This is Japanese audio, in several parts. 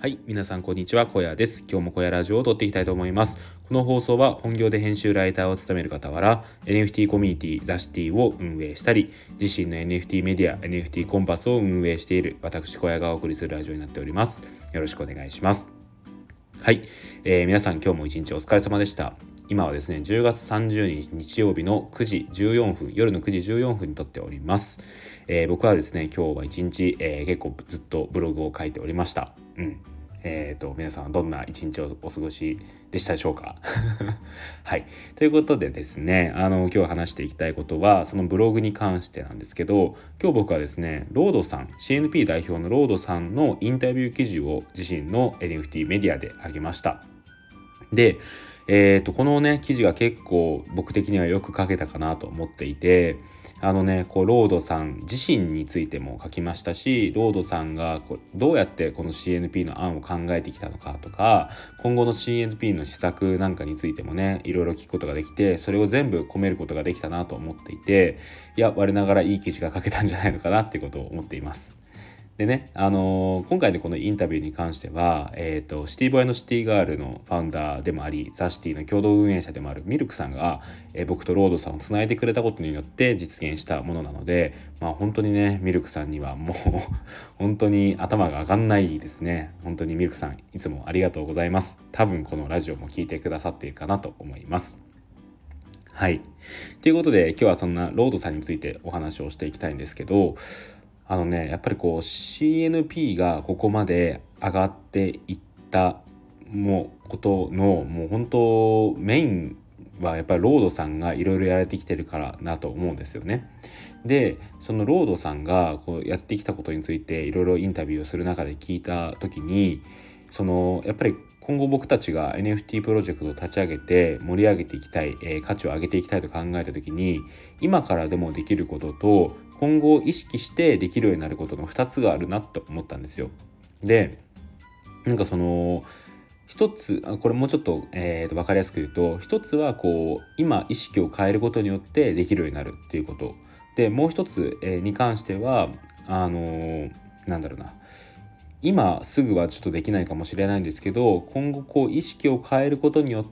はい、皆さんこんにちは、小屋です。今日も小屋ラジオを撮っていきたいと思います。この放送は本業で編集ライターを務める傍ら NFT コミュニティザシティを運営したり、自身の NFT メディア NFT コンパスを運営している私小屋がお送りするラジオになっております。よろしくお願いします。はい、皆さん今日も一日お疲れ様でした。今はですね10月30日日曜日の9時14分夜の9時14分に撮っております。僕はですね今日は一日、結構ずっとブログを書いておりました。皆さんはどんな一日をお過ごしでしたでしょうかはい。ということでですね、今日話していきたいことは、そのブログに関してなんですけど、今日僕はですね、ロードさん、CNP 代表のロードさんのインタビュー記事を自身の NFT メディアで上げました。で、このね、記事が結構僕的にはよく書けたかなと思っていて、ロードさん自身についても書きましたし、ロードさんがどうやってこの CNP の案を考えてきたのかとか、今後の CNP の施策なんかについてもね、いろいろ聞くことができて、それを全部込めることができたなと思っていて、我ながらいい記事が書けたんじゃないのかなっていうことを思っています。でね、今回のこのインタビューに関しては、シティボーイのシティガールのファウンダーでもあり、ザ・シティの共同運営者でもあるミルクさんが、僕とロードさんをつないでくれたことによって実現したものなので、本当にね、ミルクさんにはもう本当に頭が上がんないですね。本当にミルクさん、いつもありがとうございます。多分このラジオも聞いてくださっているかなと思います。はい。ということで、今日はそんなロードさんについてお話をしていきたいんですけど、やっぱりCNP がここまで上がっていったことのもう本当メインはやっぱりロードさんがいろいろやられてきてるからなと思うんですよね。で、そのロードさんがやってきたことについていろいろインタビューをする中で聞いた時に、やっぱり今後僕たちが NFT プロジェクトを立ち上げて盛り上げていきたい、価値を上げていきたいと考えた時に、今からでもできることと今後意識してできるようになることの2つがあるなと思ったんですよ。で、一つこれもうちょっと、分かりやすく言うと、一つは今意識を変えることによってできるようになるっていうことで、もう一つ、に関してはなんだろうな、今すぐはちょっとできないかもしれないんですけど、今後意識を変えることによって、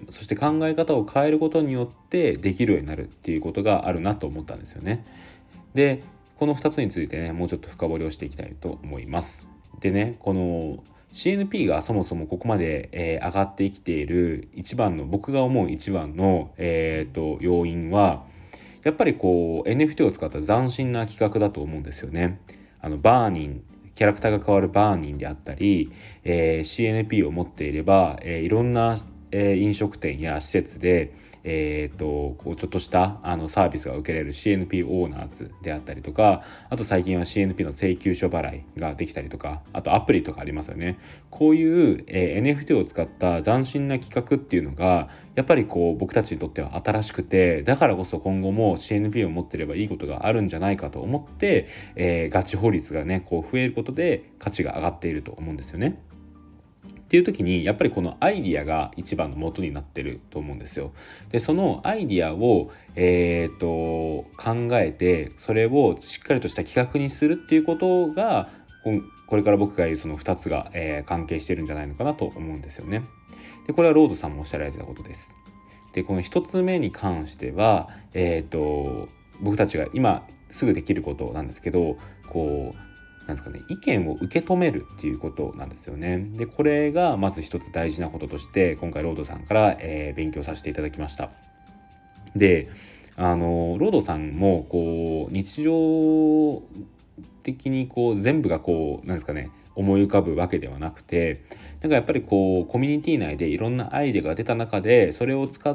そして考え方を変えることによってできるようになるっていうことがあるなと思ったんですよね。で、この2つについてね、もうちょっと深掘りをしていきたいと思います。でね、この CNP がそもそもここまで、上がってきている僕が思う一番の、要因は、やっぱりNFT を使った斬新な企画だと思うんですよね。バーニンキャラクターが変わるバーニンであったり、CNP を持っていれば、いろんな、飲食店や施設で、ちょっとしたサービスが受けれる CNP オーナーズであったりとか、あと最近は CNP の請求書払いができたりとか、あとアプリとかありますよね。こういう、NFT を使った斬新な企画っていうのがやっぱり僕たちにとっては新しくて、だからこそ今後も CNP を持ってればいいことがあるんじゃないかと思って、ガチ法律がね増えることで価値が上がっていると思うんですよね。っていう時にやっぱりこのアイディアが一番の元になってると思うんですよ。で、そのアイディアを、考えて、それをしっかりとした企画にするっていうことがこれから僕が言うその2つが、関係してるんじゃないのかなと思うんですよね。で、これはロードさんもおっしゃられてたことです。で、この1つ目に関しては、僕たちが今すぐできることなんですけど、なんですかね、意見を受け止めるっていうことなんですよね。で、これがまず一つ大事なこととして今回ロードさんから、勉強させていただきました。で、ロードさんも日常的に全部がなんですかね、思い浮かぶわけではなくて、なんかやっぱりコミュニティ内でいろんなアイデアが出た中でそれを使って、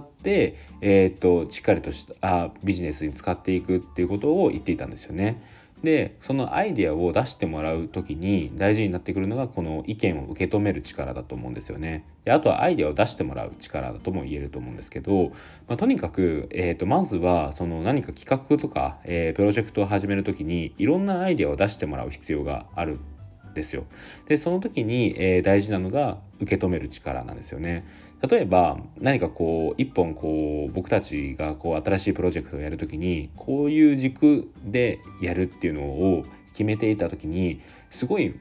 しっかりとしたビジネスに使っていくっていうことを言っていたんですよね。で、そのアイデアを出してもらう時に大事になってくるのがこの意見を受け止める力だと思うんですよね。で、あとはアイデアを出してもらう力だとも言えると思うんですけど、とにかく、まずはその何か企画とか、プロジェクトを始める時にいろんなアイデアを出してもらう必要があるんですよ。で、その時に、大事なのが受け止める力なんですよね。例えば何か一本僕たちが新しいプロジェクトをやるときにこういう軸でやるっていうのを決めていたときに、すごい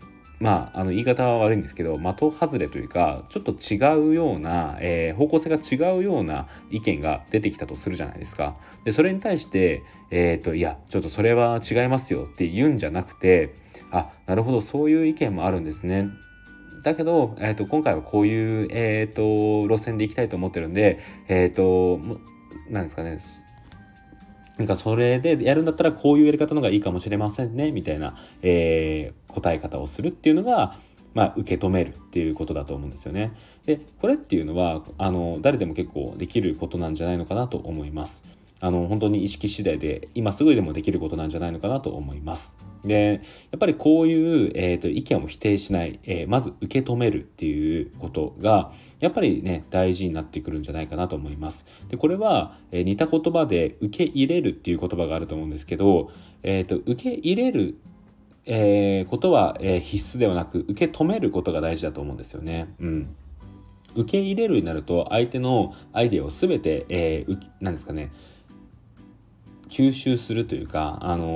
言い方は悪いんですけど、的外れというかちょっと違うような、方向性が違うような意見が出てきたとするじゃないですか。でそれに対して、いやちょっとそれは違いますよって言うんじゃなくて、なるほど、そういう意見もあるんですね。だけど、今回はこういう、路線で行きたいと思ってるんで、なんですかね、なんかそれでやるんだったらこういうやり方の方がいいかもしれませんねみたいな、答え方をするっていうのが、受け止めるっていうことだと思うんですよね。でこれっていうのは誰でも結構できることなんじゃないのかなと思います。本当に意識次第で今すぐでもできることなんじゃないのかなと思います。でやっぱりこういう、意見を否定しない、まず受け止めるっていうことがやっぱりね大事になってくるんじゃないかなと思います。でこれは、似た言葉で受け入れるっていう言葉があると思うんですけど、受け入れる、ことは、必須ではなく受け止めることが大事だと思うんですよね。受け入れるになると相手のアイデアを全て、なんですかね、吸収するというか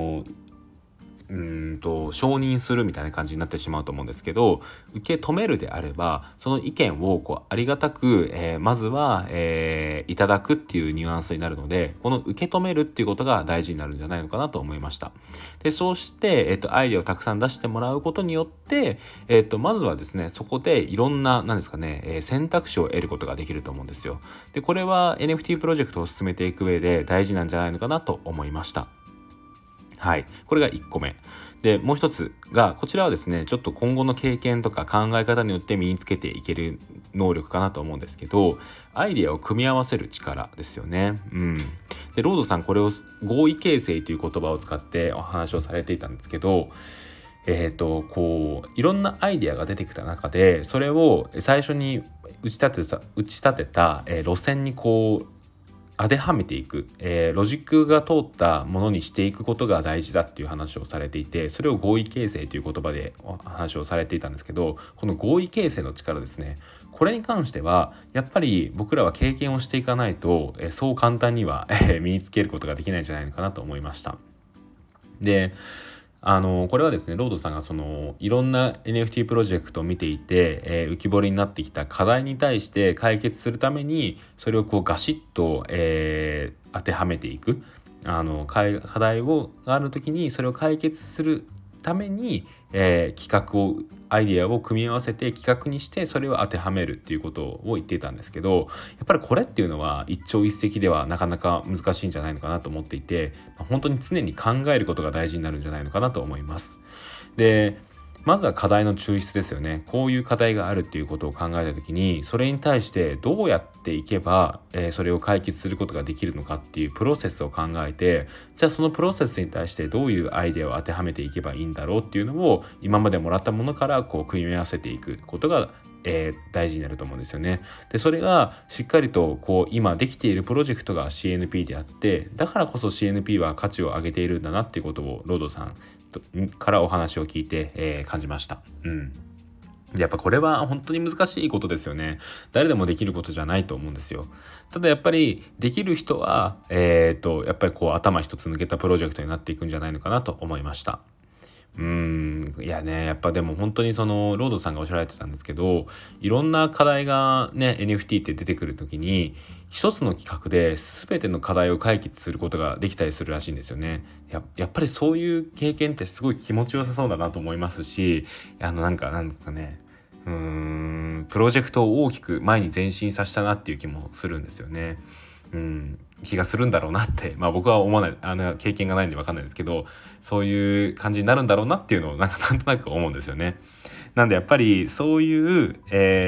承認するみたいな感じになってしまうと思うんですけど、受け止めるであればその意見をありがたく、まずは、いただくっていうニュアンスになるので、この受け止めるっていうことが大事になるんじゃないのかなと思いました。でそうして、アイデアをたくさん出してもらうことによって、まずはですねそこでいろんなですかね、選択肢を得ることができると思うんですよ。でこれは NFT プロジェクトを進めていく上で大事なんじゃないのかなと思いました。はい、これが1個目で、もう一つがこちらはですねちょっと今後の経験とか考え方によって身につけていける能力かなと思うんですけど、アイデアを組み合わせる力ですよね。でロードさんこれを合意形成という言葉を使ってお話をされていたんですけど、いろんなアイデアが出てきた中でそれを最初に打ち立てた、路線に当てはめていく、ロジックが通ったものにしていくことが大事だっていう話をされていて、それを合意形成という言葉でお話をされていたんですけど、この合意形成の力ですね、これに関してはやっぱり僕らは経験をしていかないと、そう簡単には身につけることができないんじゃないのかなと思いました。でこれはですねロードさんがいろんな NFT プロジェクトを見ていて、浮き彫りになってきた課題に対して解決するためにそれをガシッと、当てはめていく、課題がある時にそれを解決するために、アイデアを組み合わせて企画にしてそれを当てはめるっていうことを言っていたんですけど、やっぱりこれっていうのは一朝一夕ではなかなか難しいんじゃないのかなと思っていて、本当に常に考えることが大事になるんじゃないのかなと思います。でまずは課題の抽出ですよね。こういう課題があるっていうことを考えた時にそれに対してどうやっていけば、それを解決することができるのかっていうプロセスを考えて、じゃあそのプロセスに対してどういうアイデアを当てはめていけばいいんだろうっていうのを今までもらったものから組み合わせていくことが、大事になると思うんですよね。でそれがしっかりと今できているプロジェクトが CNP であって、だからこそ CNP は価値を上げているんだなっていうことをロードさんからお話を聞いて、感じました。やっぱこれは本当に難しいことですよね。誰でもできることじゃないと思うんですよ。ただやっぱりできる人は、やっぱり頭一つ抜けたプロジェクトになっていくんじゃないのかなと思いました。いやね、やっぱでも本当にロードさんがおっしゃられてたんですけど、いろんな課題がね NFT って出てくる時に一つの企画で全ての課題を解決することができたりするらしいんですよね。やっぱりそういう経験ってすごい気持ちよさそうだなと思いますし、なんですかね、プロジェクトを大きく前に前進させたなっていう気もするんですよね。気がするんだろうなって、僕は思わない経験がないんで分かんないですけど、そういう感じになるんだろうなっていうのをなんとなく思うんですよね。なんでやっぱりそういう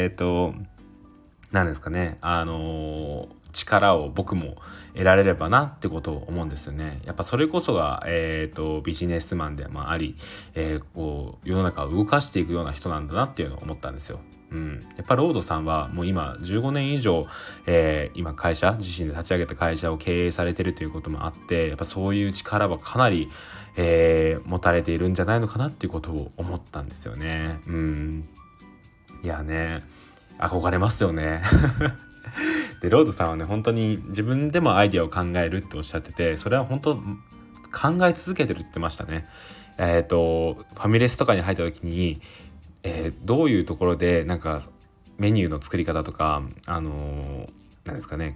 なんですかね、力を僕も得られればなってことを思うんですよね。やっぱそれこそが、ビジネスマンであり、世の中を動かしていくような人なんだなっていうのを思ったんですよ。やっぱロードさんはもう今15年以上、今自身で立ち上げた会社を経営されてるということもあって、やっぱそういう力はかなり、持たれているんじゃないのかなっていうことを思ったんですよね。いやね、憧れますよね。でロードさんはね本当に自分でもアイデアを考えるっておっしゃってて、それは本当考え続けてるって言ってましたね。ファミレスとかに入った時にどういうところでなんかメニューの作り方とかなんですかね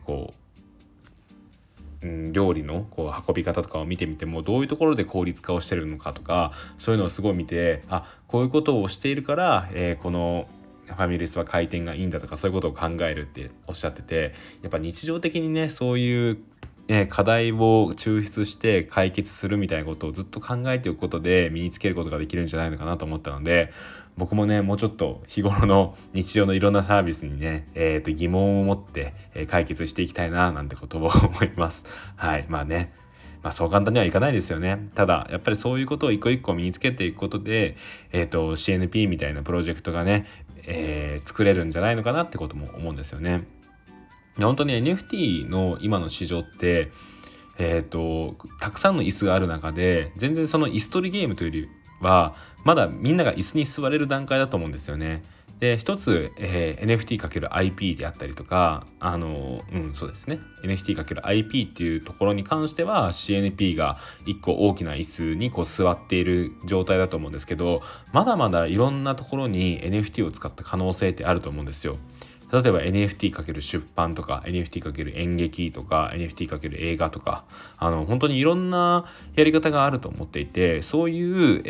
料理の運び方とかを見てみてもどういうところで効率化をしてるのかとかそういうのをすごい見てこういうことをしているから、このファミレスは回転がいいんだとかそういうことを考えるっておっしゃっててやっぱ日常的にねそういう課題を抽出して解決するみたいなことをずっと考えておくことで身につけることができるんじゃないのかなと思ったので僕もねもうちょっと日頃の日常のいろんなサービスにね、疑問を持って、解決していきたいななんてことを思います。はいまあねそう簡単にはいかないですよね。ただやっぱりそういうことを一個一個身につけていくことで、CNP みたいなプロジェクトがね、作れるんじゃないのかなってことも思うんですよね。本当に NFT の今の市場ってたくさんの椅子がある中で全然その椅子取りゲームというよりはまだみんなが椅子に座れる段階だと思うんですよね。で一つ、NFT×IP であったりとかそうですね NFT×IP っていうところに関しては CNP が一個大きな椅子に座っている状態だと思うんですけどまだまだいろんなところに NFT を使った可能性ってあると思うんですよ。例えば NFT× 出版とか NFT× 演劇とか NFT× 映画とか本当にいろんなやり方があると思っていてそういう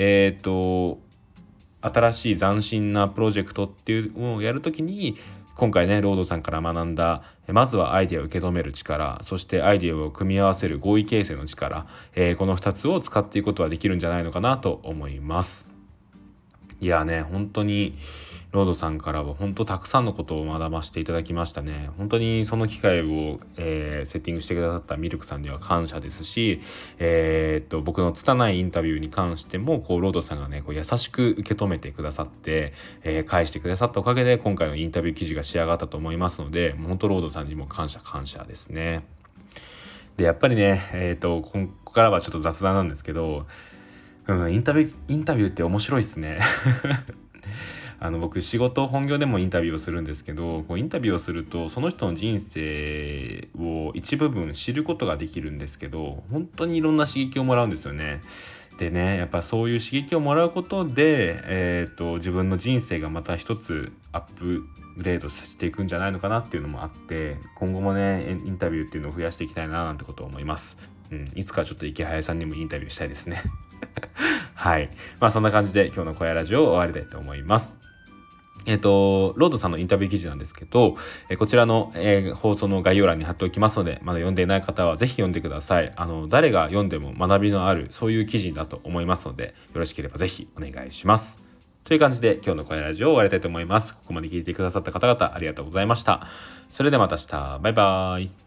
新しい斬新なプロジェクトっていうのをやるときに今回ねロードさんから学んだまずはアイデアを受け止める力そしてアイデアを組み合わせる合意形成の力、この2つを使っていくことはできるんじゃないのかなと思います。いやね本当にロードさんからは本当たくさんのことを学ばせていただきましたね。本当にその機会を、セッティングしてくださったミルクさんには感謝ですし、僕の拙いインタビューに関してもロードさんがね優しく受け止めてくださって、返してくださったおかげで今回のインタビュー記事が仕上がったと思いますので本当ロードさんにも感謝ですね。でやっぱりねここからはちょっと雑談なんですけど、インタビューって面白いですね。僕仕事本業でもインタビューをするんですけどインタビューをするとその人の人生を一部分知ることができるんですけど本当にいろんな刺激をもらうんですよね。でねやっぱそういう刺激をもらうことで、自分の人生がまた一つアップグレードしていくんじゃないのかなっていうのもあって今後もねインタビューっていうのを増やしていきたいななんてことを思います。いつかちょっと池早さんにもインタビューしたいですね。はいそんな感じで今日の小屋ラジオを終わりたいと思います。ロードさんのインタビュー記事なんですけど、こちらの、放送の概要欄に貼っておきますので、まだ読んでいない方はぜひ読んでください。誰が読んでも学びのある、そういう記事だと思いますので、よろしければぜひお願いします。という感じで今日の声ラジオを終わりたいと思います。ここまで聞いてくださった方々ありがとうございました。それではまた明日。バイバイ。